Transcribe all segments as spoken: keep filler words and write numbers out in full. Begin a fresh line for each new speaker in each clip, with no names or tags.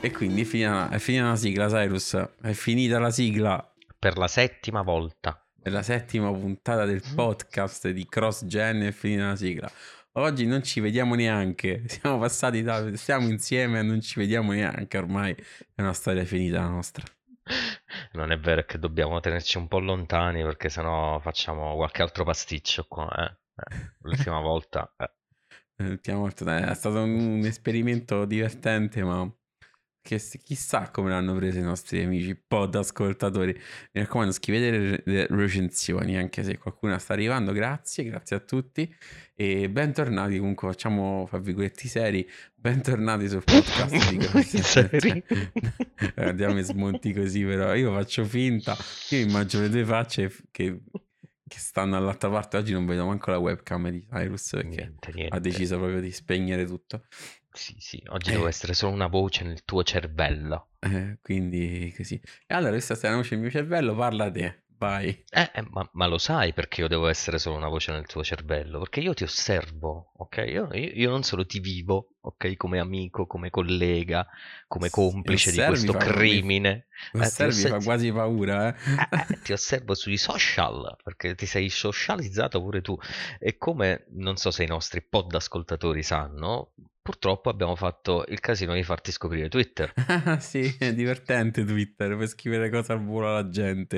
E quindi è finita, è finita la sigla, Cyrus. È finita la sigla
Per la settima volta.
per la settima puntata del podcast di Cross Gen. È finita la sigla. Oggi non ci vediamo neanche. Siamo passati da. Stiamo insieme e non ci vediamo neanche. Ormai è una storia finita la nostra.
Non è vero, è che dobbiamo tenerci un po' lontani perché sennò facciamo qualche altro pasticcio qua, eh. Eh, l'ultima volta. eh.
L'ultima volta è stato un, un esperimento divertente, ma che s- chissà come l'hanno preso i nostri amici pod ascoltatori. Mi raccomando, scrivete le, le recensioni, anche se qualcuna sta arrivando. Grazie, grazie a tutti e bentornati. Comunque facciamo, fra virgolette, seri. Bentornati sul podcast di Cross.
Seri?
Eh, Andiamo in smonti così, però io faccio finta. Io immagino le due facce che, che stanno all'altra parte. Oggi non vedo manco la webcam di Cyrus perché
Niente,
ha
niente.
deciso proprio di spegnere tutto.
Sì, sì, oggi
Eh.
devo essere solo una voce nel tuo cervello.
Eh, quindi così. E allora questa sera voce il mio cervello, parla te. Vai.
Eh, eh, ma, ma lo sai perché io devo essere solo una voce nel tuo cervello? Perché io ti osservo, ok? Io, io- io non solo ti vivo, ok? Come amico, come collega, come
Mi
complice di
osservi,
questo
fa, mi,
crimine.
mi
Eh, ti,
osservi,
osse-
fa
ti-
quasi paura, eh.
eh, eh, ti osservo sui social, perché ti sei socializzato pure tu. E come non so se i nostri pod ascoltatori sanno, purtroppo abbiamo fatto il casino di farti scoprire Twitter.
Ah, sì, è divertente Twitter per scrivere cose al volo alla gente.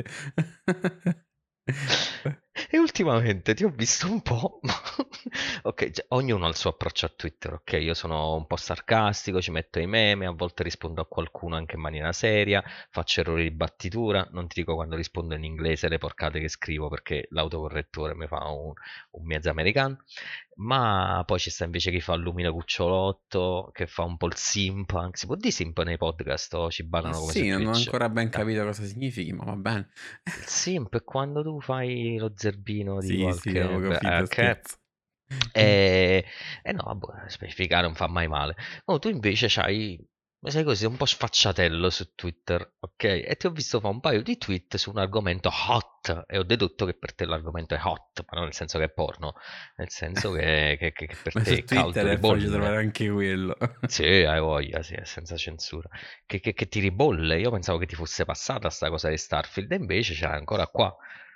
E ultimamente ti ho visto un po'. Ok, cioè, ognuno ha il suo approccio a Twitter, ok? Io sono un po' sarcastico, ci metto i meme, a volte rispondo a qualcuno anche in maniera seria, faccio errori di battitura, non ti dico quando rispondo in inglese le porcate che scrivo perché l'autocorrettore mi fa un, un mezzo americano. Ma poi ci sta invece chi fa il lumina cucciolotto, che fa un po' il simp, anche si può dire simp nei podcast o ci bannano come su
Sì, non ho
Twitch?
ancora ben
Ah.
capito cosa significhi, ma va bene.
Il simp è quando tu fai lo zerbino di
Sì, sì,
qualche...
avevo
beh,
capito,
ok.
scherzo.
E, e no, vabbè, specificare non fa mai male. Oh, tu invece c'hai, sai così, un po' sfacciatello su Twitter, ok? E ti ho visto fare un paio di tweet su un argomento hot e ho dedotto che per te l'argomento è hot, ma non nel senso che è porno, nel senso che, che- che- che per
Ma
te
su
è
Twitter
caldo di
è facile trovare
bolle.
anche quello.
Sì, hai voglia, sì, è senza censura. Che, che, che ti ribolle. Io pensavo che ti fosse passata sta cosa di Starfield, e invece c'è ancora qua.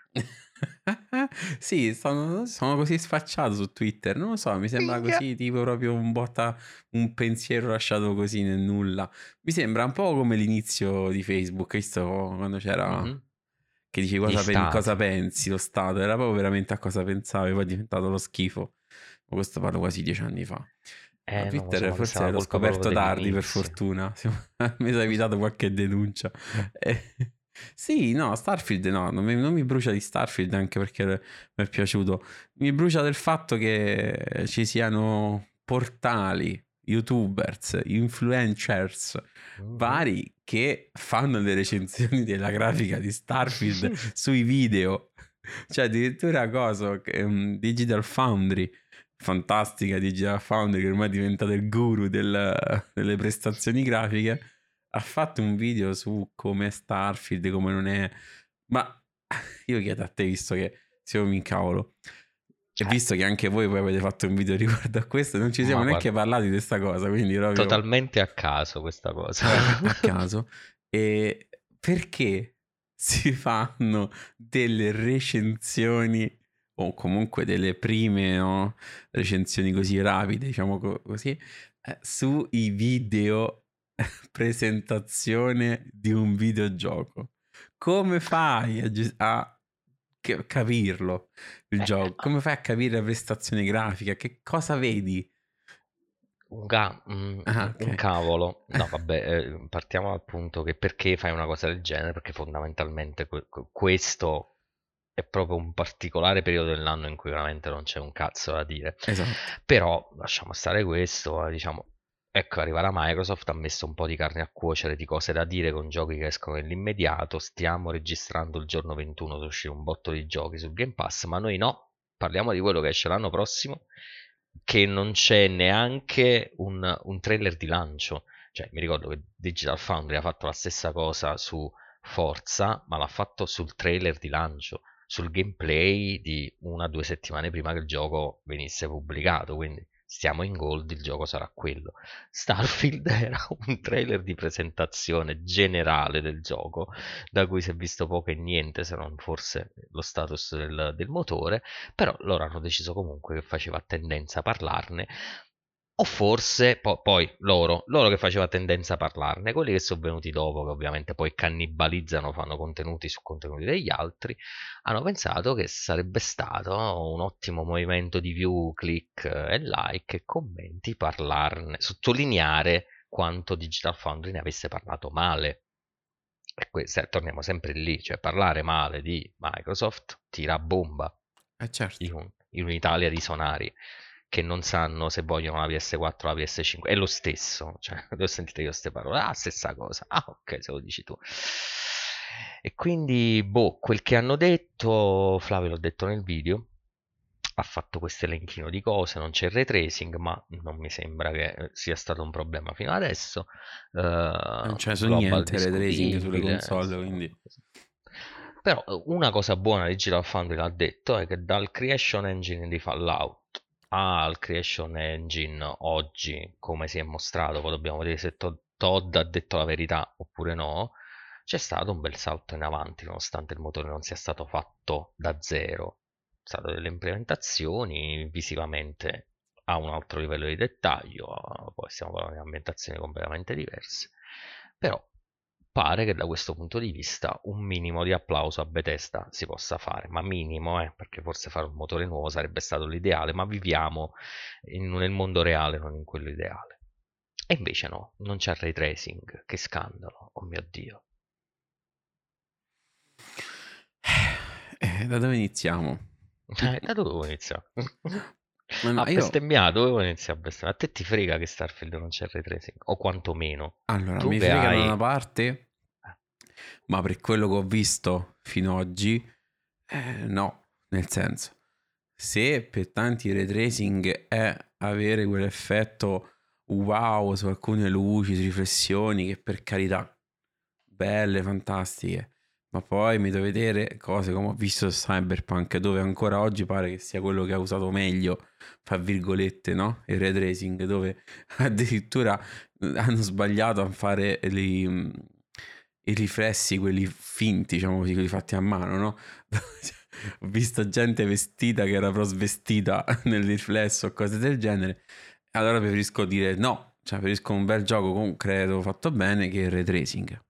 Sì, sono, sono così sfacciato su Twitter, non lo so, mi sembra
Minchia.
così tipo proprio un botta, un pensiero lasciato così nel nulla. Mi sembra un po' come l'inizio di Facebook, hai visto quando c'era
Mhm.
che dici
Gli
cosa, pen- cosa
stati.
pensi lo Stato, era proprio veramente a cosa pensavi, poi è diventato lo schifo. Ma questo parlo quasi dieci anni fa. Ma
Eh, non lo so,
Twitter
ma questa è
forse
la
l'ho
colpa proprio
scoperto tardi per
dell'inizio.
fortuna. Mi è evitato qualche denuncia. Eh, sì, no, Starfield no, non mi, non mi brucia di Starfield anche perché mi è piaciuto. Mi brucia del fatto che ci siano portali, youtubers, influencers
Mhm.
vari che fanno le recensioni della grafica di Starfield sui video. Cioè, addirittura cosa, um, Digital Foundry, fantastica Digital Foundry, che ormai è diventata il guru del- delle prestazioni grafiche, ha fatto un video su come Starfield, come non è. Ma io chiedo a te, visto che se io mi incavolo, e
Eh,
visto che anche voi poi avete fatto un video riguardo a questo, non ci siamo
ma
neanche
guarda,
parlati di questa cosa, quindi proprio
totalmente a caso questa cosa.
a, a caso. E perché si fanno delle recensioni o comunque delle prime, no, recensioni così rapide, diciamo co- così, eh, sui video presentazione di un videogioco? Come fai a, gest- a che- capirlo il
Eh,
gioco?
ah,
Come fai a capire la prestazione grafica? Che cosa vedi?
un, ga- mm,
Ah,
un
ok.
cavolo. No, vabbè, eh, partiamo dal punto che perché fai una cosa del genere? Perché fondamentalmente que- que- questo è proprio un particolare periodo dell'anno in cui veramente non c'è un cazzo da dire.
Esatto.
Però lasciamo stare questo, eh, diciamo, ecco, arriva la Microsoft, ha messo un po' di carne a cuocere, di cose da dire con giochi che escono nell'immediato. Stiamo registrando il giorno ventuno, dove uscire un botto di giochi sul Game Pass, ma noi no, parliamo di quello che esce l'anno prossimo, che non c'è neanche un, un trailer di lancio. Cioè, mi ricordo che Digital Foundry ha fatto la stessa cosa su Forza, ma l'ha fatto sul trailer di lancio, sul gameplay di una o due settimane prima che il gioco venisse pubblicato. Quindi stiamo in gold, il gioco sarà quello. Starfield era un trailer di presentazione generale del gioco, da cui si è visto poco e niente, se non forse lo status del, del motore, però loro hanno deciso comunque che faceva tendenza a parlarne, o forse po- poi loro, loro che faceva tendenza a parlarne, quelli che sono venuti dopo, che ovviamente poi cannibalizzano, fanno contenuti su contenuti degli altri, hanno pensato che sarebbe stato un ottimo movimento di view, click e like e commenti parlarne, sottolineare quanto Digital Foundry ne avesse parlato male. E questo, torniamo sempre lì, cioè parlare male di Microsoft tira a bomba
Eh certo.
in, un, in un'Italia di sonari che non sanno se vogliono la P S quattro o la P S cinque. È lo stesso, cioè, le ho sentite io queste parole. Ah, stessa cosa. Ah, ok, se lo dici tu. E quindi, boh, quel che hanno detto, Flavio l'ho detto nel video, ha fatto questo elenchino di cose, non c'è il ray tracing, ma non mi sembra che sia stato un problema fino adesso.
Non
Uh,
c'è su
global
niente ray tracing sulle
discutibile.
console, quindi...
Però una cosa buona di Digital Foundry l'ha detto è che dal creation engine di Fallout al creation engine oggi, come si è mostrato, poi dobbiamo vedere se Todd ha detto la verità oppure no, c'è stato un bel salto in avanti nonostante il motore non sia stato fatto da zero. Sono state delle implementazioni, visivamente a un altro livello di dettaglio, poi stiamo parlando di ambientazioni completamente diverse, però pare che da questo punto di vista un minimo di applauso a Bethesda si possa fare, ma minimo, eh, perché forse fare un motore nuovo sarebbe stato l'ideale, ma viviamo in, nel mondo reale, non in quello ideale. E invece no, non c'è ray tracing, che scandalo, oh mio Dio.
Eh, da dove iniziamo?
Eh, da dove iniziamo?
Ma no,
A
io...
bestemmiare, dove iniziare a bestemmiare? A te ti frega che Starfield non c'è il ray tracing, o quantomeno,
Allora,
tu
mi
che
frega da
hai...
una parte, ma per quello che ho visto fino ad oggi, eh, no. Nel senso, se per tanti il ray tracing è avere quell'effetto wow su alcune luci, su riflessioni, che per carità, belle, fantastiche, ma poi mi devo vedere cose come ho visto su Cyberpunk, dove ancora oggi pare che sia quello che ha usato meglio, fra virgolette, no? Il ray tracing, dove addirittura hanno sbagliato a fare li, i riflessi, quelli finti, diciamo così, quelli fatti a mano, no? Ho visto gente vestita che era però svestita nel riflesso o cose del genere. Allora preferisco dire no, cioè preferisco un bel gioco concreto fatto bene che il ray tracing.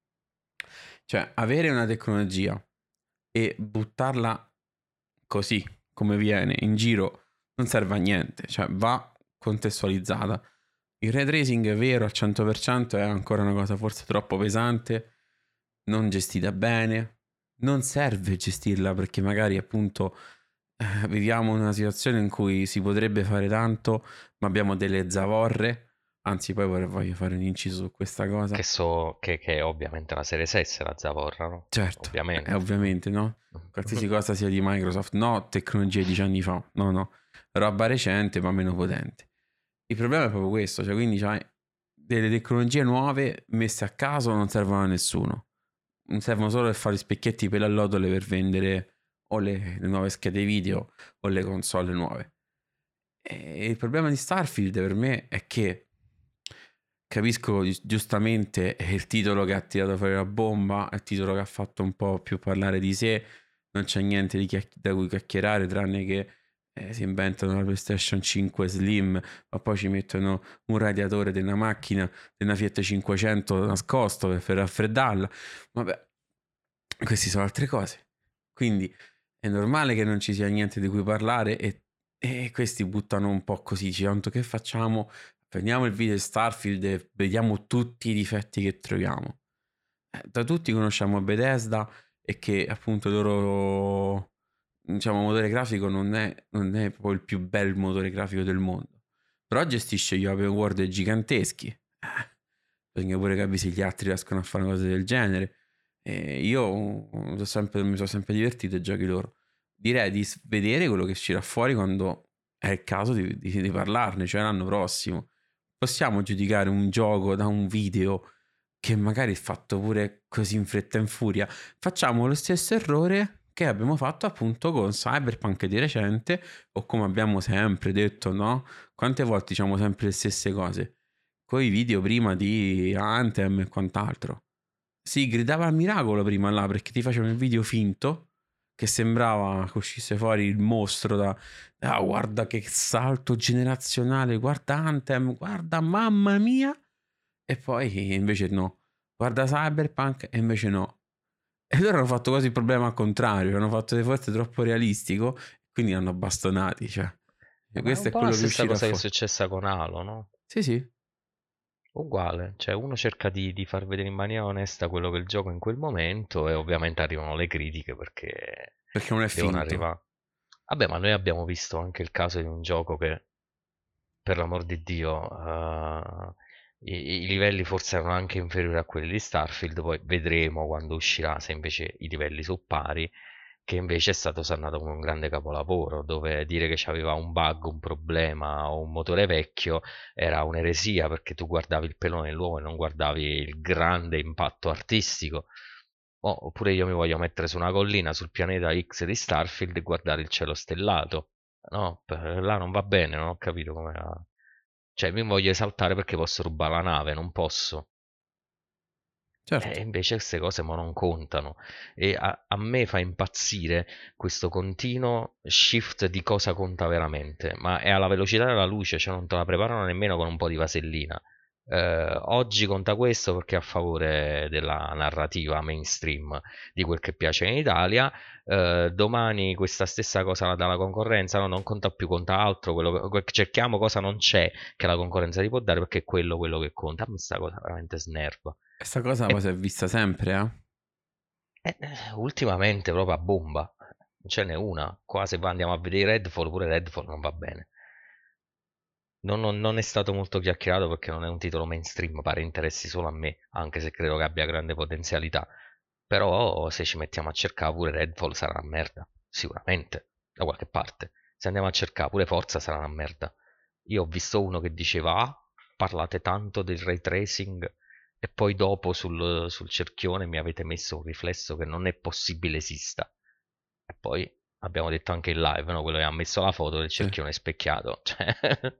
Cioè, avere una tecnologia e buttarla così come viene in giro non serve a niente, cioè va contestualizzata. Il ray tracing è vero al cento per cento, è ancora una cosa forse troppo pesante, non gestita bene, non serve gestirla perché magari appunto eh, viviamo una situazione in cui si potrebbe fare tanto, ma abbiamo delle zavorre. Anzi, poi vorrei- voglio fare un inciso su questa cosa.
Che so che, che ovviamente la Series S la zavorra, no?
Certo, è
Ovviamente.
ovviamente, no? Qualsiasi cosa sia di Microsoft, no, tecnologie di dieci anni fa, no, no, roba recente ma meno potente. Il problema è proprio questo, cioè quindi c'hai delle tecnologie nuove messe a caso non servono a nessuno, non servono solo per fare gli specchietti per le allodole per vendere o le, le nuove schede video o le console nuove. E il problema di Starfield per me è che capisco gi- giustamente è il titolo che ha tirato fuori la bomba, è il titolo che ha fatto un po' più parlare di sé, non c'è niente di chiacch- da cui chiacchierare tranne che eh, si inventano la PlayStation cinque Slim, ma poi ci mettono un radiatore della macchina, della Fiat cinquecento nascosto per, per raffreddarla. Vabbè, queste sono altre cose. Quindi è normale che non ci sia niente di cui parlare e, e questi buttano un po' così, dici, tanto che facciamo? Prendiamo il video di Starfield e vediamo tutti i difetti che troviamo. Eh, da tutti conosciamo Bethesda e che appunto il loro diciamo motore grafico non è, non è proprio il più bel motore grafico del mondo, però gestisce gli open world giganteschi. Eh, bisogna pure capire se gli altri riescono a fare cose del genere. Eh, io mi sono sempre, mi sono sempre divertito ai giochi loro. Direi di s- vedere quello che uscirà fuori quando è il caso di, di- di parlarne, cioè l'anno prossimo. Possiamo giudicare un gioco da un video che magari è fatto pure così in fretta e in furia. Facciamo lo stesso errore che abbiamo fatto appunto con Cyberpunk di recente, o come abbiamo sempre detto, no? Quante volte diciamo sempre le stesse cose? Con i video prima di Anthem e quant'altro. Si gridava al miracolo prima là perché ti facevano il video finto che sembrava che uscisse fuori il mostro da ah, guarda che salto generazionale, guarda Anthem, guarda mamma mia, e poi invece no, guarda Cyberpunk e invece no. E loro hanno fatto quasi il problema al contrario, hanno fatto forse troppo realistico, quindi hanno bastonati, cioè. E
Eh, ma è un
questo è
po' la
quello che
stessa
uscirà
cosa che è
fuori.
successa con Halo, no?
Sì, sì,
Uguale, cioè uno cerca di, di far vedere in maniera onesta quello che è il gioco in quel momento e ovviamente arrivano le critiche perché
perché non è
devono
finto.
arrivare. Vabbè, ma noi abbiamo visto anche il caso di un gioco che, per l'amor di Dio, eh, i, i livelli forse erano anche inferiori a quelli di Starfield, poi vedremo quando uscirà se invece i livelli sono pari, che invece è stato sannato come un grande capolavoro, dove dire che c'aveva un bug, un problema o un motore vecchio era un'eresia perché tu guardavi il pelone dell'uomo e non guardavi il grande impatto artistico. O- oppure io mi voglio mettere su una collina sul pianeta X di Starfield e guardare il cielo stellato. No, per- là non va bene, non ho capito come. Cioè, mi voglio esaltare perché posso rubare la nave, non posso. E
Certo.
invece queste cose mo non contano. E a, a me fa impazzire questo continuo shift di cosa conta veramente. Ma è alla velocità della luce, cioè non te la preparano nemmeno con un po' di vasellina. Eh, oggi conta questo perché è a favore della narrativa mainstream di quel che piace in Italia. Eh, domani questa stessa cosa la dà la concorrenza, no, non conta più, conta altro. Quello che, cerchiamo cosa non c'è che la concorrenza ti può dare perché è quello quello che conta. A me sta cosa veramente snerva.
Questa cosa
E
poi si è vista sempre, eh?
eh, eh, ultimamente proprio a bomba, non ce n'è una. Qua se va- andiamo a vedere Redfall, pure Redfall non va bene. Non, non- non è stato molto chiacchierato perché non è un titolo mainstream, pare interessi solo a me, anche se credo che abbia grande potenzialità. Però se ci mettiamo a cercare pure Redfall sarà una merda, sicuramente, da qualche parte. Se andiamo a cercare pure Forza sarà una merda. Io ho visto uno che diceva, ah, parlate tanto del ray tracing e poi dopo sul, sul cerchione mi avete messo un riflesso che non è possibile esista. E poi abbiamo detto anche in live, no? Quello che ha messo la foto del
Sì.
cerchione specchiato. Cioè,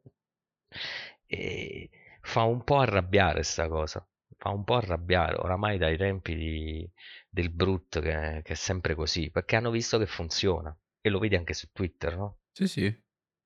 e fa un po' arrabbiare sta cosa. Fa un po' arrabbiare, oramai dai tempi di- del brut che, che è sempre così, perché hanno visto che funziona. E lo vedi anche su Twitter, no?
Sì, sì.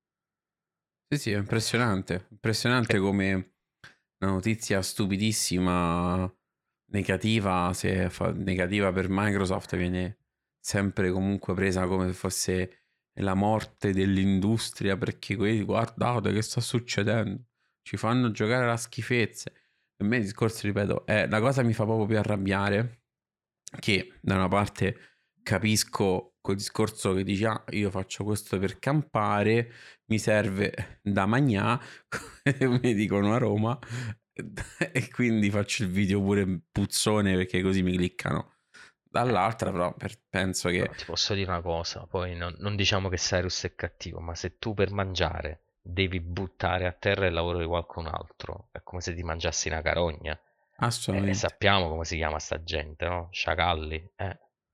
Sì, sì, è impressionante. Impressionante
E
come una notizia stupidissima, negativa, se fa- negativa per Microsoft, viene sempre comunque presa come se fosse la morte dell'industria, perché quelli, guardate che sta succedendo, ci fanno giocare alla schifezze. Per me il discorso, ripeto, è la cosa che mi fa proprio più arrabbiare, che da una parte capisco quel discorso che dici, ah, io faccio questo per campare, mi serve da magnà, come dicono a Roma, e quindi faccio il video pure puzzone perché così mi cliccano.
eh,
Dall'altra però per- penso che
Però ti posso dire una cosa, poi non, non diciamo che Cyrus è cattivo, ma se tu per mangiare devi buttare a terra il lavoro di qualcun altro, è come se ti mangiassi una carogna. E, e
assolutamente.
sappiamo come si chiama sta gente, no? Sciacalli. Eh.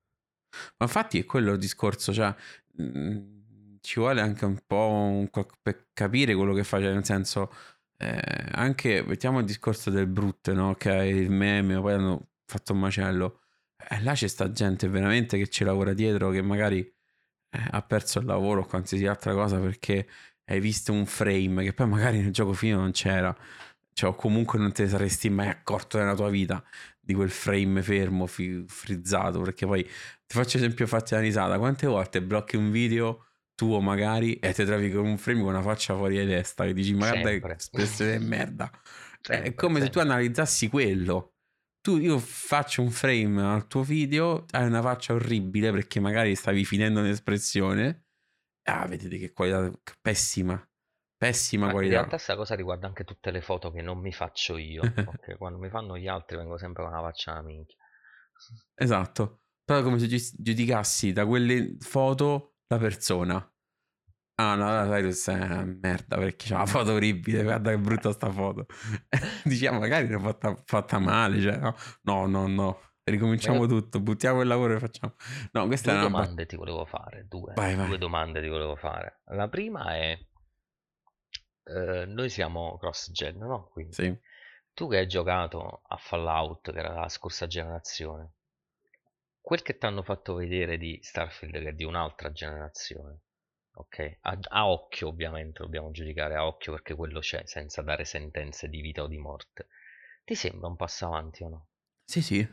Ma infatti è quello il discorso, cioè mh, ci vuole anche un po' un qual- per capire quello che fa, cioè nel senso eh, anche mettiamo il discorso del brutto, no? Che è il meme, poi hanno fatto un macello. E là c'è sta gente veramente che ci lavora dietro che magari eh, ha perso il lavoro o qualsiasi altra cosa perché hai visto un frame che poi magari nel gioco fino non c'era, cioè o comunque non te ne saresti mai accorto nella tua vita di quel frame fermo, fi- frizzato, perché poi ti faccio esempio fatti una risata, quante volte blocchi un video tuo magari e ti trovi con un frame con una faccia fuori di testa che dici ma guarda che
Sempre.
espressione di merda. È
Sempre,
come se tu
sempre.
analizzassi quello. Tu, io faccio un frame al tuo video, hai una faccia orribile perché magari stavi finendo un'espressione. Ah, vedete che qualità pessima, pessima
Ma in
qualità.
realtà questa cosa riguarda anche tutte le foto che non mi faccio io, ok? Quando mi fanno gli altri vengo sempre con una faccia da minchia.
Esatto. Però è come se gi- giudicassi da quelle foto la persona. Ah, no, la Cyrus è una merda perché c'ha una foto orribile, guarda che brutta sta foto. Diciamo, magari l'ho fatta, fatta male, cioè, no, no, no, no. ricominciamo
Io
tutto, buttiamo il lavoro e facciamo. No, questa
due
è una bat-
domande ti volevo fare, due,
Vai, vai.
due domande ti volevo fare. La prima è, eh, noi siamo cross-gen, no? Quindi,
Sì.
tu che hai giocato a Fallout, che era la scorsa generazione, quel che ti hanno fatto vedere di Starfield, che è di un'altra generazione, ok? A, a occhio, ovviamente, dobbiamo giudicare a occhio perché quello c'è, senza dare sentenze di vita o di morte. Ti sembra un passo avanti o no?
Sì, sì.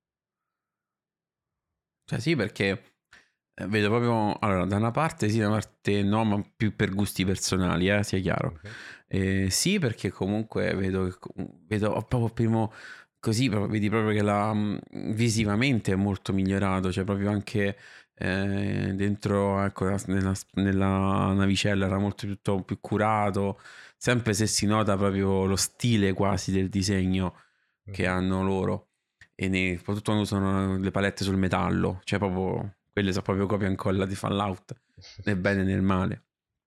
Cioè sì, perché eh, vedo proprio, allora, da una parte sì, da una parte no, ma più per gusti personali, eh, sia chiaro.
Mhm.
Eh, sì, perché comunque vedo, che co- vedo proprio primo così, proprio- vedi proprio che la, mh, visivamente è molto migliorato, cioè proprio anche eh, dentro, ecco, la- nella, nella navicella era molto tutto più curato, sempre se si nota proprio lo stile quasi del disegno che
Mhm.
hanno loro e ne, soprattutto quando usano le palette sul metallo, cioè proprio quelle sono proprio copia e incolla di Fallout, nel bene e nel male.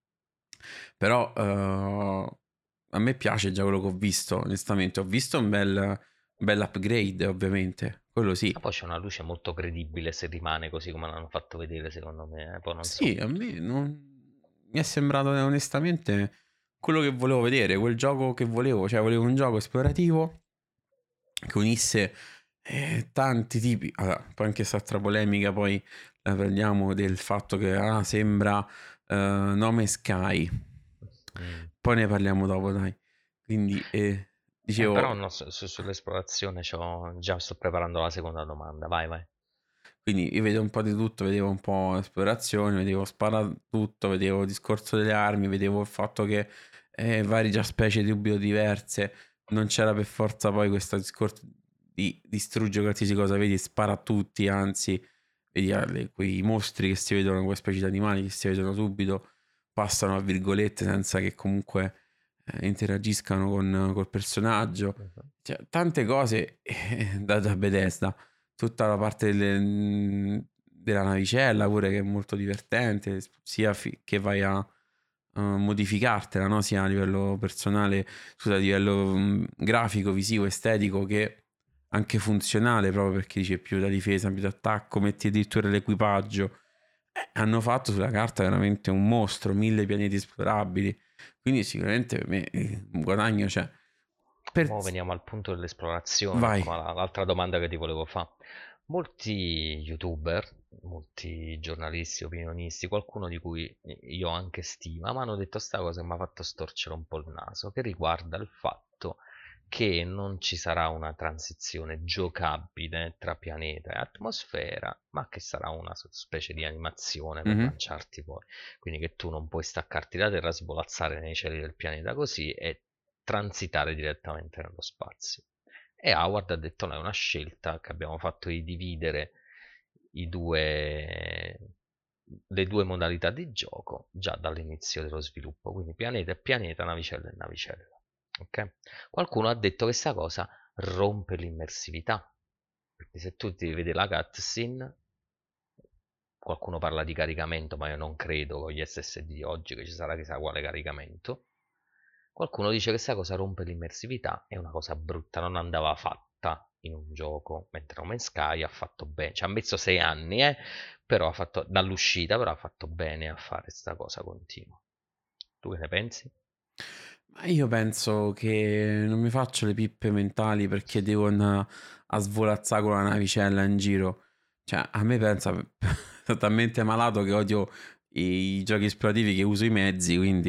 Però eh, a me piace già quello che ho visto, onestamente. Ho visto un bel, un bel upgrade, ovviamente, quello
Ma
sì.
poi c'è una luce molto credibile se rimane così come l'hanno fatto vedere, secondo me. eh, Poi non
Sì,
so.
a me non... mi è sembrato eh, onestamente quello che volevo vedere, quel gioco che volevo, cioè volevo un gioco esplorativo che unisse eh, tanti tipi. Allora, poi anche quest'altra polemica, poi la prendiamo del fatto che ah, sembra eh, Nome Sky.
Mm.
Poi ne parliamo dopo, dai. Quindi, eh,
Eh, però
dicevo,
no, su- su- sull'esplorazione c'ho- già sto preparando la seconda domanda. Vai, vai.
quindi io vedevo un po' di tutto, vedevo un po' esplorazione, vedevo spara tutto, vedevo il discorso delle armi, vedevo il fatto che eh, varie già specie di biodiverse, non c'era per forza poi questo discorso di distruggere qualsiasi cosa, vedi, spara a tutti, anzi, vedi ah, le- quei mostri che si vedono, quelle specie di animali che si vedono subito, passano a virgolette senza che comunque eh, interagiscano con, col personaggio.
Mhm.
Cioè, tante cose eh, da, da Bethesda tutta la parte delle- della navicella pure che è molto divertente, sia fi- che vai a uh, modificartela, no? Sia a livello personale, scusa, a livello mh, grafico, visivo, estetico che anche funzionale, proprio perché dice più da difesa, più d'attacco, metti addirittura l'equipaggio. Eh, hanno fatto sulla carta veramente un mostro, mille pianeti esplorabili, quindi sicuramente per me eh, un guadagno c'è. Per...
Mo' veniamo al punto dell'esplorazione,
Vai.
ecco la- l'altra domanda che ti volevo fare. Molti youtuber, molti giornalisti, opinionisti, qualcuno di cui io ho anche stima, mi hanno detto sta cosa che mi ha fatto storcere un po' il naso, che riguarda il fatto che non ci sarà una transizione giocabile tra pianeta e atmosfera, ma che sarà una specie di animazione per
Mhm.
lanciarti poi. Quindi che tu non puoi staccarti da terra, svolazzare nei cieli del pianeta così e transitare direttamente nello spazio. E Howard ha detto: no, è una scelta che abbiamo fatto di dividere i due, le due modalità di gioco già dall'inizio dello sviluppo, quindi pianeta e pianeta, navicella e navicella. Ok? Qualcuno ha detto che questa cosa rompe l'immersività, perché se tu ti vedi la cutscene, qualcuno parla di caricamento, ma io non credo con gli S S D di oggi che ci sarà chissà quale caricamento. Qualcuno dice che questa cosa rompe l'immersività, è una cosa brutta, non andava fatta in un gioco, mentre No Man's Sky ha fatto bene, ci ha messo sei anni, eh, però ha fatto, dall'uscita, però ha fatto bene a fare questa cosa continua. Tu che ne pensi?
Ma io penso che non mi faccio le pippe mentali perché devo andare a svolazzare con la navicella in giro. Cioè, a me pensa, sono talmente malato che odio i giochi esplorativi che uso i mezzi, quindi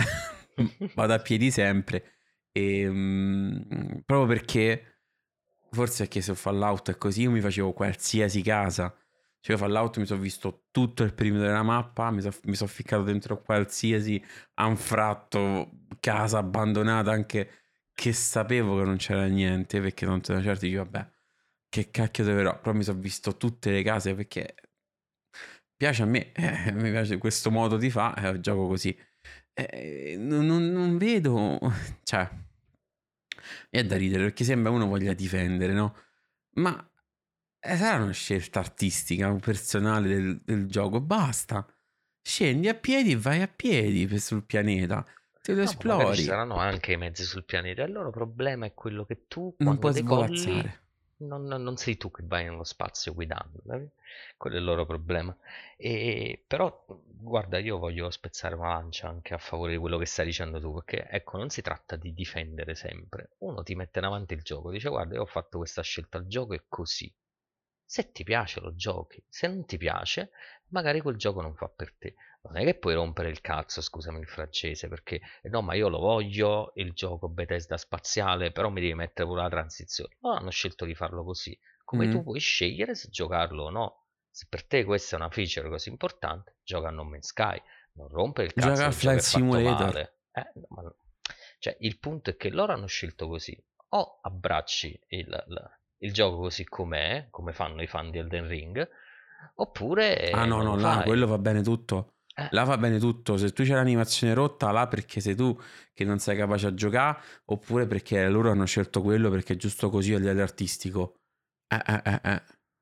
vado a piedi sempre. E, mm, proprio perché, forse perché se Fallout è così, io mi facevo qualsiasi casa. Cioè, io Fallout mi sono visto tutto il perimetro della mappa, mi sono son ficcato dentro qualsiasi anfratto, casa abbandonata, anche che sapevo che non c'era niente, perché tanto da certi dici, vabbè, che cacchio dovrò, però mi sono visto tutte le case perché piace a me, eh, mi piace questo modo di fare, eh, gioco così. Eh, non, non- non vedo, cioè, è da ridere perché sembra uno voglia difendere, no? Ma eh, sarà una scelta artistica, personale del, del gioco, basta. Scendi a piedi e vai a piedi per- sul pianeta, te lo
No, ma magari ci
esplori,
saranno anche i mezzi sul pianeta. Il loro problema è quello che tu,
non
quando
puoi
decolli,
svolazzare.
non, non sei tu che vai nello spazio guidando, capi? Quello è il loro problema. E, però, guarda, io voglio spezzare una lancia anche a favore di quello che stai dicendo tu, perché ecco, non si tratta di difendere sempre. Uno ti mette in avanti il gioco, dice guarda, io ho fatto questa scelta, il gioco è così. Se ti piace lo giochi, se non ti piace, magari quel gioco non fa per te. Non è che puoi rompere il cazzo, scusami il francese, perché eh no, ma io lo voglio il gioco Bethesda spaziale, però mi devi mettere pure la transizione. Loro hanno scelto di farlo così. Come tu
Mm.
puoi scegliere se giocarlo o no. Se per te questa è una feature così importante, gioca a No Man's Sky. Non rompere il
Gioca
cazzo
a
che il gioco
Flight
è fatto
Simulator.
male. Eh, no, ma no. Cioè, il punto è che loro hanno scelto così. O abbracci il, il- il gioco così com'è, come fanno i fan di Elden Ring,
Ah
oppure
no,
non
no,
lo
là,
fai.
quello va bene tutto.
Eh,
Là va bene tutto. Se tu c'è l'animazione rotta, là perché sei tu che non sei capace a giocare, oppure perché loro hanno scelto quello perché è giusto così a livello artistico. Eh, eh, eh, eh.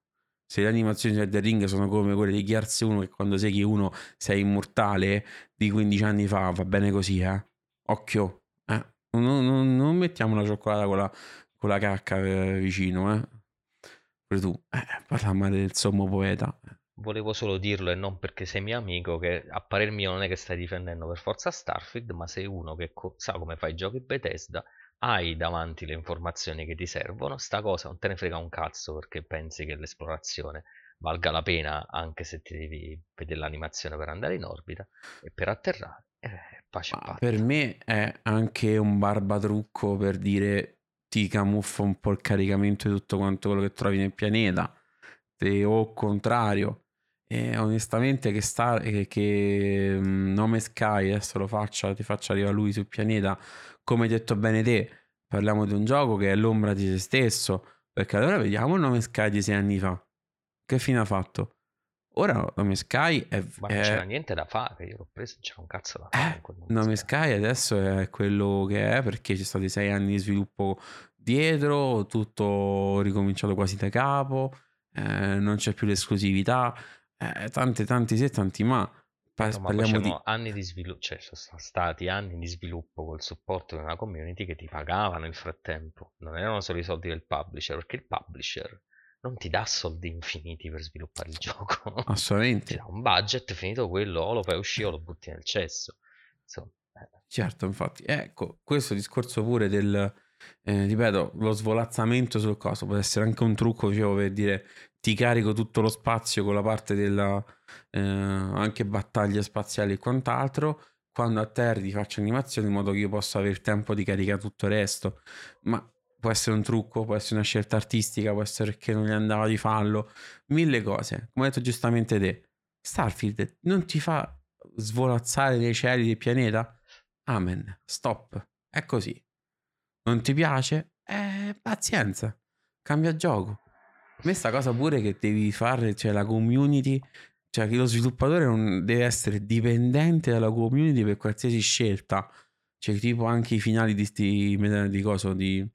Se le animazioni di Elden Ring sono come quelle di Gears uno, che quando segui uno sei immortale di quindici anni fa, va bene così, eh. Occhio, eh. Non, non- non mettiamo la cioccolata con la, con la cacca eh, vicino, eh. Pure tu, eh, parla male del sommo poeta.
Volevo solo dirlo e non perché sei mio amico, che a parer mio non è che stai difendendo per forza Starfield, ma sei uno che co- sa come fai i giochi Bethesda, hai davanti le informazioni che ti servono, sta cosa non te ne frega un cazzo perché pensi che l'esplorazione valga la pena anche se ti devi vedere l'animazione per andare in orbita e per atterrare, eh, pace e
Ma per
patta.
me è anche un barbatrucco per dire ti camuffa un po' il caricamento di tutto quanto quello che trovi nel pianeta, te- o il contrario. E onestamente che, sta, che, che mm, Nome Sky adesso lo faccia, ti faccia arrivare lui sul pianeta, come hai detto bene te, parliamo di un gioco che è l'ombra di se stesso, perché allora vediamo il Nome Sky di sei anni fa, che fine ha fatto? Ora Nome Sky è,
Ma non c'era
è
niente da fare, io l'ho preso, c'era un cazzo da fare in
eh,
quel momento.
Nome Sky adesso è quello che è perché ci sono stati sei anni di sviluppo dietro, tutto ricominciato quasi da capo, eh, non c'è più l'esclusività, eh, tanti tanti sì e tanti ma. Pa-
No, ma poi
parliamo di.
c'erano anni di sviluppo, cioè ci sono stati anni di sviluppo col supporto di una community che ti pagava nel frattempo. Non erano solo i soldi del publisher, perché il publisher non ti dà soldi infiniti per sviluppare il gioco. C'è
Assolutamente.
un budget, finito quello, o lo fai uscire o lo butti nel cesso. Insomma, eh,
Certo, infatti, ecco, questo discorso pure del, eh, ripeto, lo svolazzamento sul coso può essere anche un trucco, dicevo, per dire ti carico tutto lo spazio con la parte della, eh, anche battaglie spaziali e quant'altro, quando atterri ti faccio animazione in modo che io possa avere tempo di caricare tutto il resto, ma può essere un trucco, può essere una scelta artistica, può essere perché non gli andava di farlo, mille cose, come hai detto giustamente te, Starfield non ti fa svolazzare nei cieli del pianeta? Amen, stop. È così. Non ti piace? Eh, pazienza. Cambia gioco. A me sta cosa pure che devi fare, cioè la community, cioè che lo sviluppatore non deve essere dipendente dalla community per qualsiasi scelta. Cioè tipo anche i finali di sti di coso di,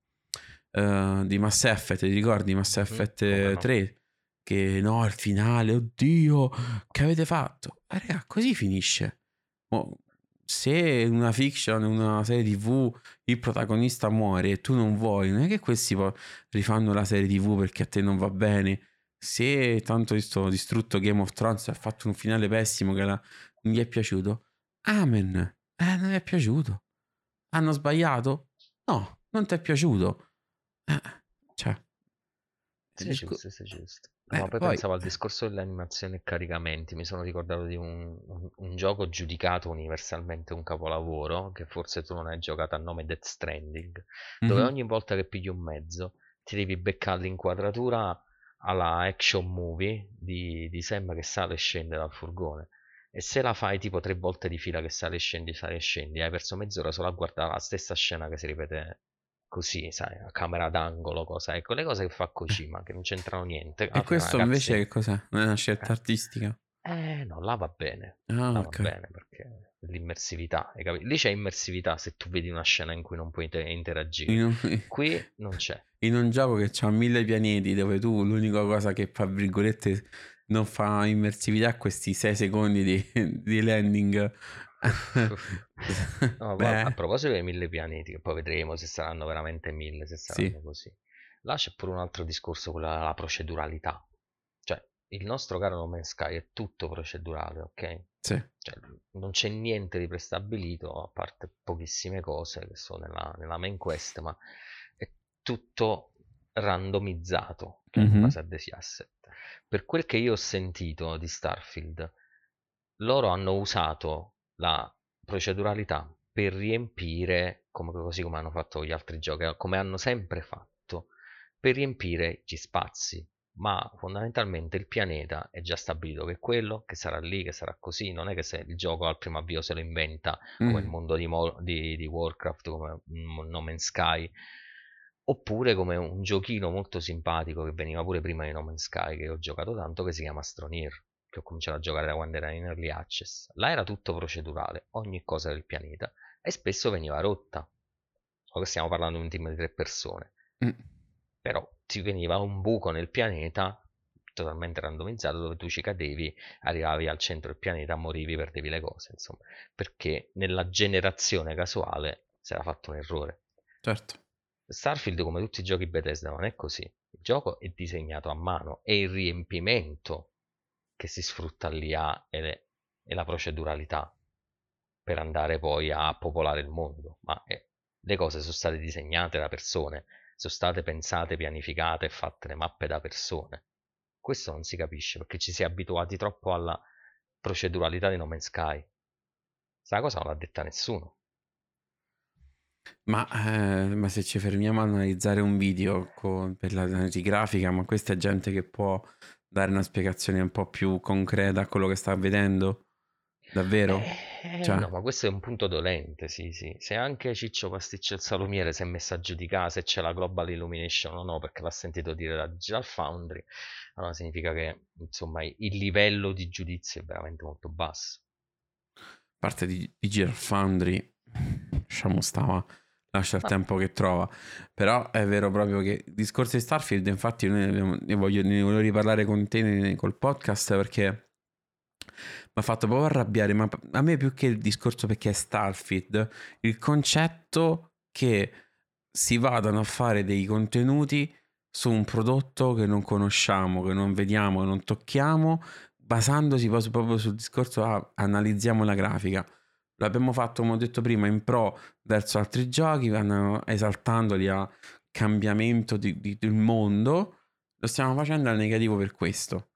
eh, di Mass Effect, ti ricordi Mass
mhm, come
Effect
no?
tre? Che no, il finale, oddio, che avete fatto? Eh, raga, così finisce. Mo, se in una fiction, in una serie ti vu, il protagonista muore e tu non vuoi, non è che questi poi rifanno la serie ti vu perché a te non va bene. Se tanto questo distrutto Game of Thrones ha fatto un finale pessimo che la- non gli è piaciuto, amen. Eh, non gli è piaciuto. Hanno sbagliato? No, non ti è piaciuto. Eh, cioè, il
Sei
disco-
giusto, sei giusto. No,
eh,
ma poi
poi.
pensavo al discorso delle animazioni e caricamenti, mi sono ricordato di un, un- un gioco giudicato universalmente un capolavoro, che forse tu non hai giocato, a nome Death Stranding, dove
Mhm.
ogni volta che pigli un mezzo ti devi beccare l'inquadratura alla action movie di, di Sam che sale e scende dal furgone. E se la fai tipo tre volte di fila che sale e scendi, sale e scendi, hai perso mezz'ora solo a guardare la stessa scena che si ripete così, sai, a camera d'angolo, cosa, ecco, le cose che fa Kojima, che non c'entrano niente,
E
alla fine è una
questo invece
cutscene.
che cos'è? Non è una scelta
Eh,
artistica?
eh, no, là va bene,
Ah,
là va
ok.
bene perché l'immersività, hai capito? Lì c'è immersività se tu vedi una scena in cui non puoi inter-
In
interagire,
un,
qui non c'è.
in un gioco che ha mille pianeti dove tu l'unica cosa che fra virgolette non fa immersività è questi sei secondi di, di landing.
Uff, uff. No, guarda, a
Beh,
proposito dei mille pianeti, che poi vedremo se saranno veramente mille, se
sì.
saranno così. Là c'è pure un altro discorso, quella la proceduralità. Cioè, il nostro caro No Man's Sky è tutto procedurale, ok?
Sì.
Cioè, non c'è niente di prestabilito, a parte pochissime cose che sono nella, nella main quest, ma è tutto randomizzato, ok? In
Mhm.
base a dei asset. Per quel che io ho sentito di Starfield, loro hanno usato la proceduralità per riempire, come, così come hanno fatto gli altri giochi, come hanno sempre fatto, per riempire gli spazi. Ma fondamentalmente il pianeta è già stabilito che è quello, che sarà lì, che sarà così. Non è che se il gioco al primo avvio se lo inventa come il
Mm.
mondo di, Mo- di, di Warcraft, come No Man's Sky, oppure come un giochino molto simpatico che veniva pure prima di No Man's Sky, che ho giocato tanto, che si chiama Astroneer, che ho cominciato a giocare da quando era in early access. Là era tutto procedurale, ogni cosa del pianeta, e spesso veniva rotta. So che stiamo parlando di un team di tre persone,
Mm.
però ti veniva un buco nel pianeta totalmente randomizzato dove tu ci cadevi, arrivavi al centro del pianeta, morivi, perdevi le cose, insomma, perché nella generazione casuale si era fatto un errore.
Certo.
Starfield, come tutti i giochi Bethesda, non è così. Il gioco è disegnato a mano, è il riempimento che si sfrutta l'I A e, le- e la proceduralità per andare poi a popolare il mondo, ma eh, le cose sono state disegnate da persone, sono state pensate, pianificate e fatte le mappe da persone. Questo non si capisce perché ci si è abituati troppo alla proceduralità di No Man's Sky. Questa cosa non l'ha detta nessuno.
Ma, eh, ma se ci fermiamo a analizzare un video con- per l'analisi grafica, ma questa è gente che può dare una spiegazione un po' più concreta a quello che sta vedendo? Davvero?
Eh,
Cioè,
no, ma questo è un punto dolente, sì, sì. Se anche Ciccio Pasticcio il salumiere si è messo a giudicare se c'è la Global Illumination o no, perché l'ha sentito dire da Digital Foundry, allora significa che, insomma, il livello di giudizio è veramente molto basso.
parte di Digital Foundry, lasciamo stava, lascia il
Ma
tempo che trova. Però è vero proprio che il discorso di Starfield, infatti, ne, ne voglio, ne voglio riparlare con te ne- col podcast perché mi ha fatto proprio arrabbiare. Ma a me più che il discorso perché è Starfield, il concetto che si vadano a fare dei contenuti su un prodotto che non conosciamo, che non vediamo, che non tocchiamo, basandosi poi proprio sul discorso, ah, analizziamo la grafica. L'abbiamo fatto, come ho detto prima, in pro verso altri giochi, vanno esaltandoli a cambiamento di- di- del mondo. Lo stiamo facendo al negativo per questo.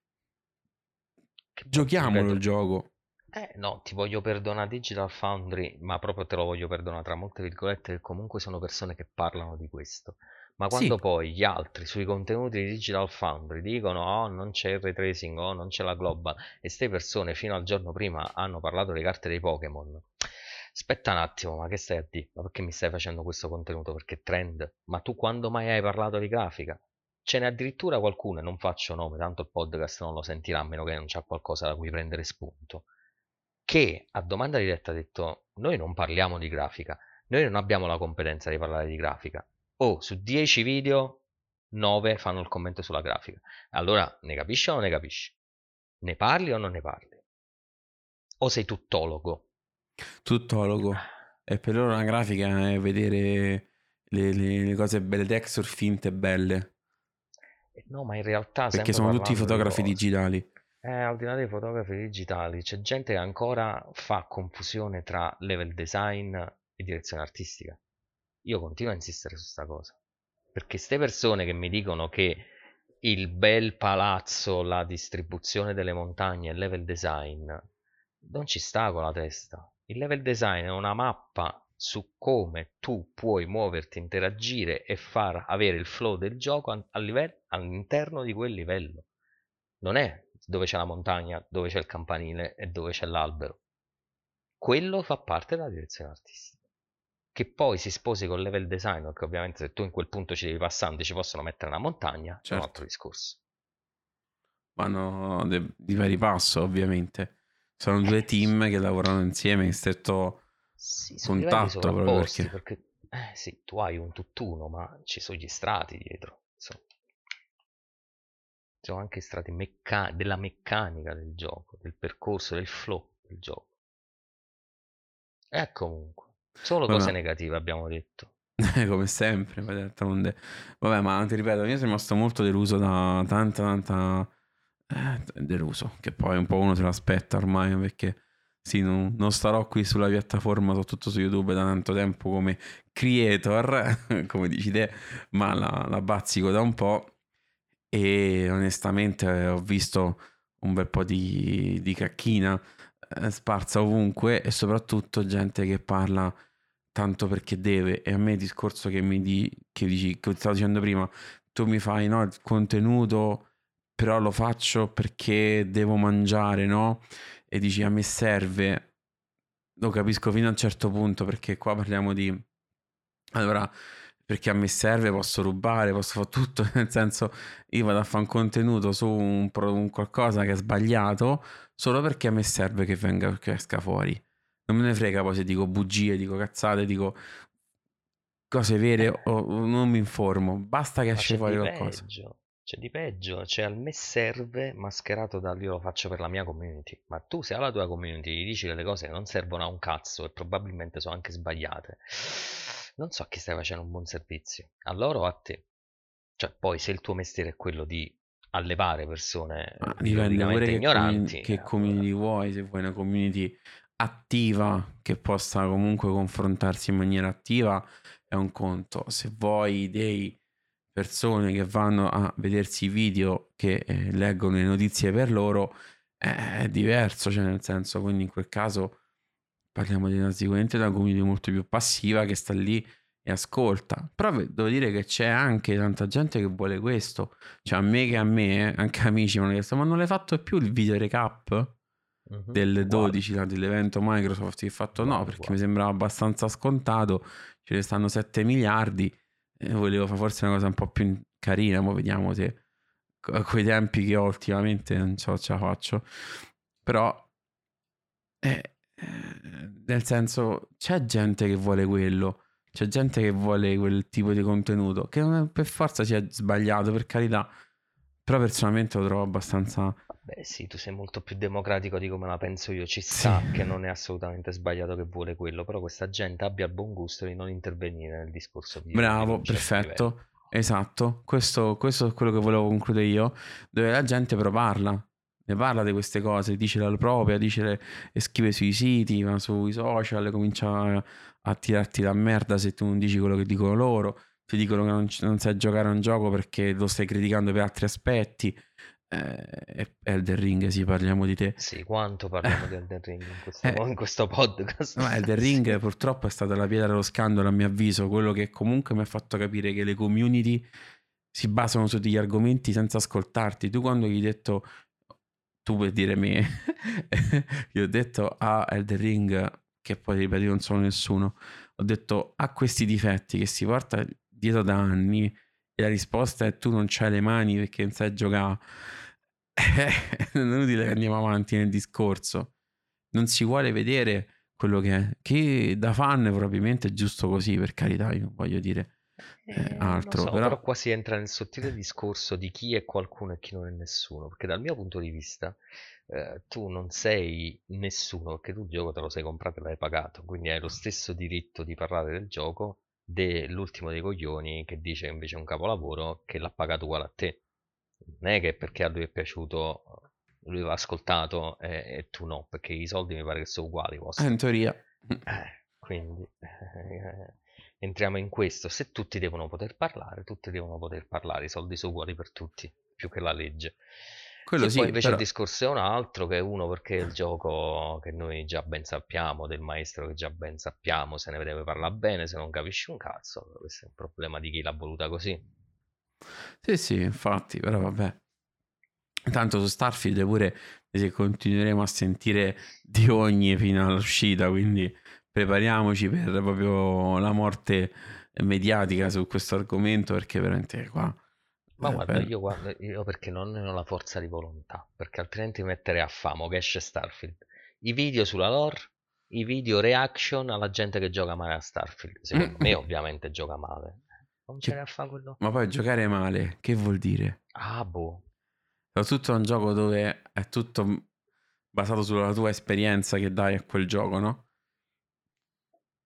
che poi, ti
Giochiamolo il
ripeto,
gioco.
eh no, ti voglio perdonare Digital Foundry, ma proprio te lo voglio perdonare tra molte virgolette, che comunque sono persone che parlano di questo. Ma
Sì,
quando poi gli altri sui contenuti di Digital Foundry dicono oh non c'è il ray tracing, oh non c'è la global, e queste persone fino al giorno prima hanno parlato delle carte dei Pokémon. Aspetta un attimo, ma che stai a dire? Ma perché mi stai facendo questo contenuto? Perché è trend? Ma tu quando mai hai parlato di grafica? Ce n'è addirittura qualcuno, e non faccio nome, tanto il podcast non lo sentirà a meno che non c'è qualcosa da cui prendere spunto, che a domanda diretta ha detto noi non parliamo di grafica, noi non abbiamo la competenza di parlare di grafica. Oh, su dieci video nove fanno il commento sulla grafica. Allora, ne capisci o non ne capisci? Ne parli o non ne parli? O sei tuttologo?
tuttologo. E per loro la grafica è vedere le, le- le cose belle, texture finte belle.
Eh, No, ma in realtà,
Perché
sempre
sono tutti
parlando di
fotografi
cose,
digitali.
eh, al di là dei fotografi digitali, c'è gente che ancora fa confusione tra level design e direzione artistica. Io continuo a insistere su sta cosa. Perché queste persone che mi dicono che il bel palazzo, la distribuzione delle montagne e il level design non ci sta con la testa. Il level design è una mappa su come tu puoi muoverti, interagire e far avere il flow del gioco a, a livello, all'interno di quel livello. Non è dove c'è la montagna, dove c'è il campanile e dove c'è l'albero. Quello fa parte della direzione artistica. Che poi si sposi col level design, perché ovviamente se tu in quel punto ci devi passare, ci possono mettere una montagna, è un
Certo.
altro discorso.
Vanno de- di pari passo, ovviamente. Sono due
Eh, sì.
team che lavorano insieme in stretto
Sì, sono livelli
contatto proprio
sovrapposti,
perché...
perché eh, sì, tu hai un tutt'uno, ma ci sono gli strati dietro. Insomma, ci sono anche strati mecca- della meccanica del gioco, del percorso, del flow del gioco. E comunque, solo cose
Vabbè,
negative abbiamo detto.
come sempre, poi d'altronde. Vabbè, ma ti ripeto, io sono rimasto molto deluso da tanta, tanta... Eh, deluso, che poi un po' uno se l'aspetta ormai, perché sì, non, non starò qui sulla piattaforma, soprattutto su YouTube, da tanto tempo come creator, come dici te, ma la, la bazzico da un po'. E onestamente eh, ho visto un bel po' di, di cacchina eh, sparsa ovunque, e soprattutto gente che parla tanto perché deve. E a me il discorso che mi di, che dici, che stavo dicendo prima, tu mi fai no, il contenuto, però lo faccio perché devo mangiare, no? E dici a me serve, lo capisco fino a un certo punto, perché qua parliamo di... Allora, perché a me serve, posso rubare, posso fare tutto, nel senso io vado a fare un contenuto su un, pro- un qualcosa che è sbagliato solo perché a me serve che venga, che esca fuori. Non me ne frega poi se dico bugie, dico cazzate, dico cose vere o,
Eh,
o non mi informo, basta che
ma
esce
c'è
fuori
di
qualcosa.
peggio, c'è di peggio, cioè al me serve mascherato da io lo faccio per la mia community, ma tu se alla tua community gli dici delle cose che non servono a un cazzo e probabilmente sono anche sbagliate, non so a chi stai facendo un buon servizio, a loro o a te. Cioè poi se il tuo mestiere è quello di allevare persone
Ma
eh,
dipende pure
ideologicamente
che, comuni-
ignoranti, eh,
che
allora,
community vuoi, se vuoi una community attiva che possa comunque confrontarsi in maniera attiva è un conto. Se vuoi dei persone che vanno a vedersi i video, che eh, leggono le notizie per loro, eh, è diverso, cioè nel senso, quindi in quel caso parliamo di una, sicuramente di una community molto più passiva che sta lì e ascolta. Però ve- devo dire che c'è anche tanta gente che vuole questo. Cioè, a me che a me, eh, anche amici mi hanno chiesto: ma non l'hai fatto più il video recap
mhm,
del
uguale,
dodici, là, dell'evento Microsoft? Io ho fatto no,
uguale,
perché mi
uguale.
sembrava abbastanza scontato. Ce ne stanno sette miliardi. E volevo fare forse una cosa un po' più carina. Ma vediamo se co- coi tempi che ho ultimamente non so, ce la faccio. Però eh, eh, nel senso, c'è gente che vuole quello, c'è gente che vuole quel tipo di contenuto, che non è per forza sia sbagliato, per carità, però personalmente lo trovo abbastanza...
Beh sì, tu sei molto più democratico di come la penso io, ci
Sì,
sta che non è assolutamente sbagliato che vuole quello, però questa gente abbia il buon gusto di non intervenire nel discorso di, di,
bravo,
un certo livello.
perfetto, esatto, questo, questo è quello che volevo concludere io, dove la gente però parla. Ne parla di queste cose, dice la propria, dice le- e scrive sui siti, va sui social, comincia a, a tirarti la merda se tu non dici quello che dicono loro, ti dicono che non, c- non sai giocare a un gioco perché lo stai criticando per altri aspetti. Eh, Elden Ring, sì, parliamo di te.
Sì, quanto parliamo di Elden Ring in questo,
Eh,
in questo podcast?
ma Elden
Sì.
Ring purtroppo è stata la pietra dello scandalo, a mio avviso, quello che comunque mi ha fatto capire che le community si basano su degli argomenti senza ascoltarti. Tu quando gli hai detto, tu puoi dire me, gli ho detto a Elden Ring, che poi ripeto io non sono nessuno, ho detto ha questi difetti che si porta dietro da anni e la risposta è tu non c'hai le mani perché non sai giocare. Non è inutile che andiamo avanti nel discorso. Non si vuole vedere quello che è. Che da fan probabilmente è giusto così, per carità, io non voglio dire eh,
Eh, non lo
altro,
so,
però
però qua si entra nel sottile discorso di chi è qualcuno e chi non è nessuno, perché dal mio punto di vista eh, tu non sei nessuno, perché tu il gioco te lo sei comprato e l'hai pagato, quindi hai lo stesso diritto di parlare del gioco dell'ultimo dei coglioni che dice invece è un capolavoro che l'ha pagato uguale a te. Non è che perché a lui è piaciuto, lui l'ha ascoltato e, e tu no, perché i soldi mi pare che sono uguali i
eh, in
vostri.
teoria
Eh, quindi eh, entriamo in questo. Se tutti devono poter parlare, tutti devono poter parlare, i soldi sono uguali per tutti, più che la legge.
quello
Che poi
sì,
invece il
però
discorso è un altro, che è uno perché il gioco che noi già ben sappiamo, del maestro che già ben sappiamo, se ne deve parlare bene, se non capisci un cazzo, questo è un problema di chi l'ha voluta così.
sì, sì, infatti, però vabbè. Tanto su Starfield pure se continueremo a sentire di ogni fino all'uscita, quindi prepariamoci per proprio la morte mediatica su questo argomento, perché veramente qua
Ma
eh,
guarda,
per-
io, guarda, io perché non ne ho la forza di volontà, perché altrimenti metterei a famo che esce Starfield. I video sulla lore, i video reaction alla gente che gioca male a Starfield. Secondo me ovviamente gioca male. Non ce
che-
ne a fa quello.
ma poi giocare male, che vuol dire?
Ah, boh.
Soprattutto è un gioco dove è tutto basato sulla tua esperienza che dai a quel gioco, no?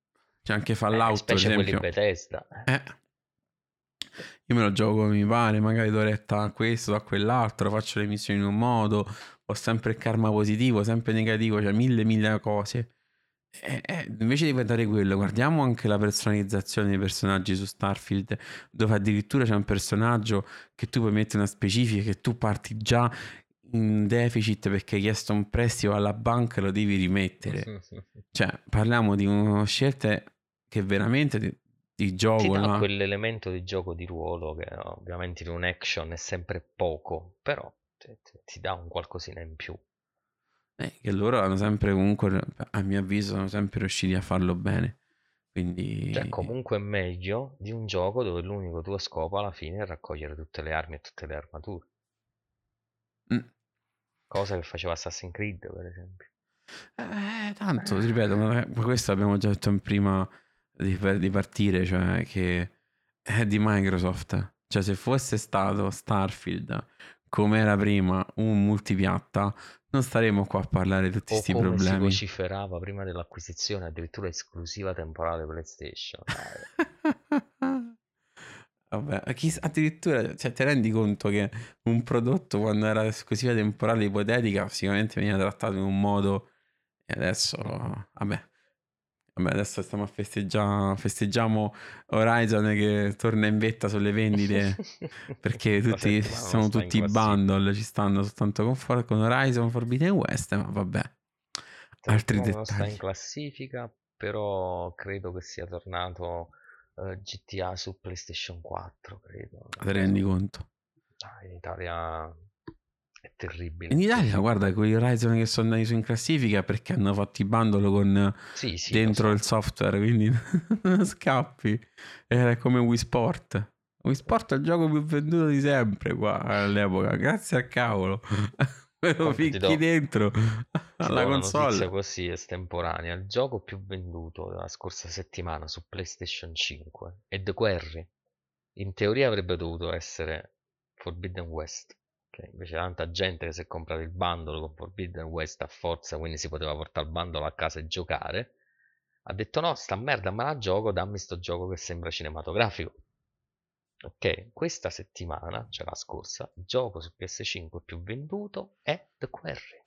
C'è anche
Eh,
Fallout, per
specie quelli
esempio.
Bethesda. Eh.
Eh, io me lo gioco come mi pare, magari do retta a questo, a quell'altro, faccio le missioni in un modo, ho sempre il karma positivo, sempre negativo, cioè mille mille cose. E, e invece di guardare quello, guardiamo anche la personalizzazione dei personaggi su Starfield, dove addirittura c'è un personaggio che tu puoi mettere una specifica, che tu parti già in deficit perché hai chiesto un prestito alla banca e lo devi rimettere. Cioè, parliamo di uno scelte che veramente di, di
Ti
gioco,
dà
no?
quell'elemento di gioco di ruolo che ovviamente in un action è sempre poco, però ti, ti- ti dà un qualcosina in più.
Eh, che loro hanno sempre comunque, a mio avviso, sono sempre riusciti a farlo bene.
Cioè,
Quindi,
comunque è meglio di un gioco dove l'unico tuo scopo alla fine è raccogliere tutte le armi e tutte le armature.
mm,
Cosa che faceva Assassin's Creed, per esempio.
eh, tanto, ti ripeto, ma ma questo abbiamo già detto in prima di, di partire, cioè che è di Microsoft. Cioè, se fosse stato Starfield come era prima un multipiatta, non staremmo qua a parlare di tutti
O
questi
come si
problemi.
vociferava prima dell'acquisizione, addirittura esclusiva temporale PlayStation. Dai.
Vabbè, chi- addirittura, cioè, ti rendi conto che un prodotto quando era esclusiva temporale ipotetica sicuramente veniva trattato in un modo e adesso,
Mhm.
vabbè, vabbè, adesso stiamo a festeggiare, festeggiamo Horizon che torna in vetta sulle vendite perché
Da
tutti
settimana non
sono
sta in
tutti i
classifica.
bundle, ci stanno soltanto con, For- con Horizon Forbidden West, ma vabbè,
Da
altri
settimana non sta in
dettagli.
classifica, però credo che sia tornato eh, G T A su PlayStation quattro, credo.
Ti
Non
rendi
so.
conto?
Ah, in Italia è
In
terribile,
Italia, guarda,
terribile.
quei Horizon che sono andati su in classifica perché hanno fatto i bundle con
Sì, sì, lo
dentro il
so.
software, quindi non scappi. Era come Wii Sport. Wii Sport è il gioco più venduto di sempre qua all'epoca, grazie al cavolo. Me lo
Comunque ti
picchi
do,
dentro
ti
alla
do una notizia
console.
così estemporanea. Il gioco più venduto della scorsa settimana su PlayStation cinque è The Quarry. In teoria avrebbe dovuto essere Forbidden West, che invece tanta gente che si è comprato il bundle con Forbidden West a forza, quindi si poteva portare il bundle a casa e giocare, ha detto no, sta merda me la gioco, dammi sto gioco che sembra cinematografico. Ok, questa settimana, cioè la scorsa, il gioco su P S cinque più venduto è The Quarry.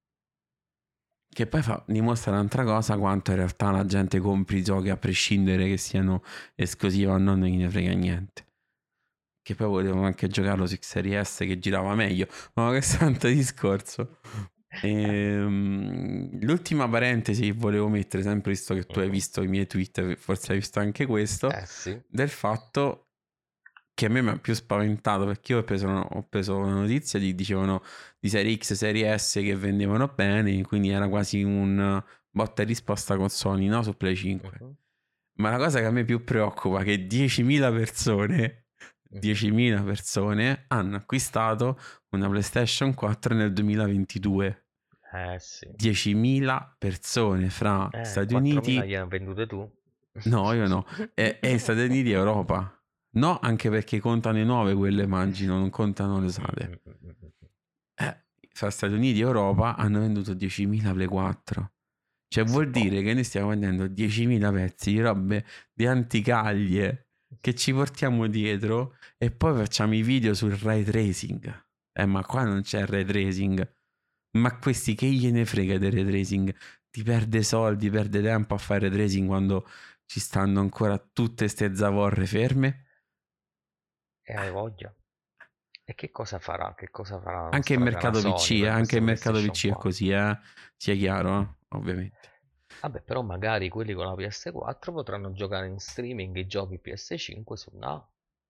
Che poi fa, dimostra un'altra cosa, quanto in realtà la gente compri i giochi a prescindere che siano esclusiva o no, non gliene frega niente. Che poi volevano anche giocarlo su Series S che girava meglio, ma questo è un altro discorso.
Eh,
Ehm, l'ultima parentesi che volevo mettere, sempre visto che tu hai
mhm.
visto i miei tweet, forse hai visto anche questo,
Eh sì.
del fatto che a me mi ha più spaventato perché io ho preso, ho preso una notizia di dicevano di Serie X, Serie S che vendevano bene, quindi era quasi un botta e risposta con Sony, no? Su Play cinque.
Mhm,
Ma la cosa che a me più preoccupa è che diecimila persone,
mhm.
diecimila persone hanno acquistato una PlayStation quattro nel duemilaventidue.
Eh sì.
diecimila persone fra
Eh,
Stati
quattromila
Uniti,
gliene hai vendute tu?
no, io no, e, e Stati Uniti e Europa. No, anche perché contano le nuove quelle, immagino, non contano le
Mm,
usate.
mm, mm, mm, mm.
Eh, fra Stati Uniti e Europa hanno venduto diecimila Play quattro. Cioè
Sì,
vuol
boh.
dire che noi stiamo vendendo diecimila pezzi di robe di anticaglie che ci portiamo dietro e poi facciamo i video sul ray tracing. Eh, ma qua non c'è il ray tracing. Ma questi che gliene frega del ray tracing? Ti perde soldi, perde tempo a fare ray tracing quando ci stanno ancora tutte ste zavorre ferme?
E hai voglia. E che cosa farà? Che cosa farà la
Anche il
nostra cara
mercato P C,
Sony
eh?
per
Anche
questo
il mercato
PlayStation
P C è
quattro?
così, eh? Sia chiaro, eh? Ovviamente.
Vabbè, però magari quelli con la P S quattro potranno giocare in streaming i giochi P S cinque su Now.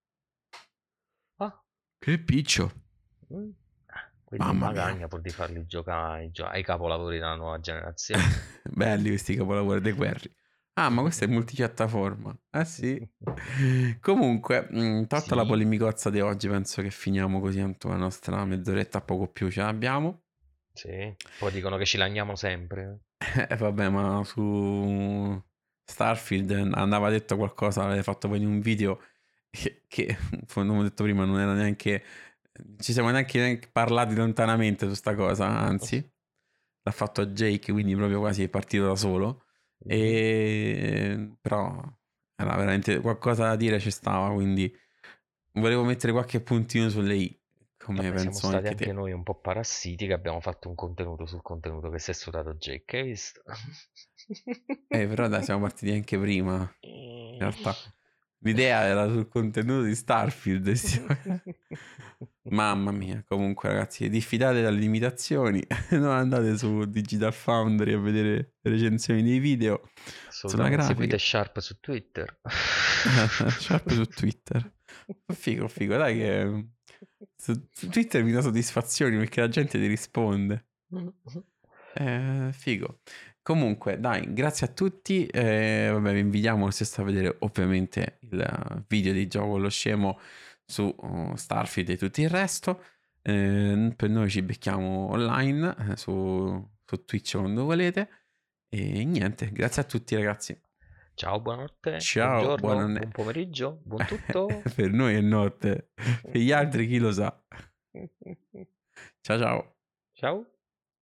Ah,
Che piccio.
mm. Ah, quindi
Mamma mia.
magagna pur di farli giocare ai, gio- ai capolavori della nuova generazione.
Belli questi capolavori dei Guerri. Ah, ma questo è multipiattaforma. Eh sì. Comunque, mh, tolta la
Sì,
polemicozza di oggi, penso che finiamo così, tanto la nostra mezz'oretta, poco più ce l'abbiamo.
sì. Poi dicono che ci lagniamo sempre.
E vabbè, ma su Starfield andava detto qualcosa, aveva fatto poi in un video che, che, come ho detto prima, non era neanche... Ci siamo neanche, neanche parlati lontanamente su sta cosa, anzi, l'ha fatto a Jake, quindi proprio quasi è partito da solo. E... però era veramente qualcosa da dire, ci stava, quindi volevo mettere qualche puntino sulle i, come
Vabbè, siamo
penso
stati
anche
anche
te.
noi un po' parassiti che abbiamo fatto un contenuto sul contenuto che si è sudato Jake, hai visto?
Eh, però dai, siamo partiti anche prima, in realtà. L'idea era sul contenuto di Starfield. Mamma mia, comunque ragazzi, diffidate dalle limitazioni, non andate su Digital Foundry a vedere recensioni dei video sulla
Assolutamente,
grafica.
seguite Sharp su Twitter.
Sharp su Twitter. Figo, figo, dai che su, su Twitter mi dà soddisfazioni perché la gente ti risponde. Eh, figo. Comunque, dai, grazie a tutti. Eh, vabbè, vi invitiamo stesso a vedere ovviamente il video di gioco con lo scemo su uh, Starfield e tutto il resto. Eh, per noi ci becchiamo online eh, su, su Twitch quando volete. E niente, grazie a tutti ragazzi.
Ciao, buonanotte,
Ciao,
buongiorno, buon
buonanotte.
pomeriggio, buon tutto.
Per noi è notte, per gli altri chi lo sa. Ciao ciao.
Ciao.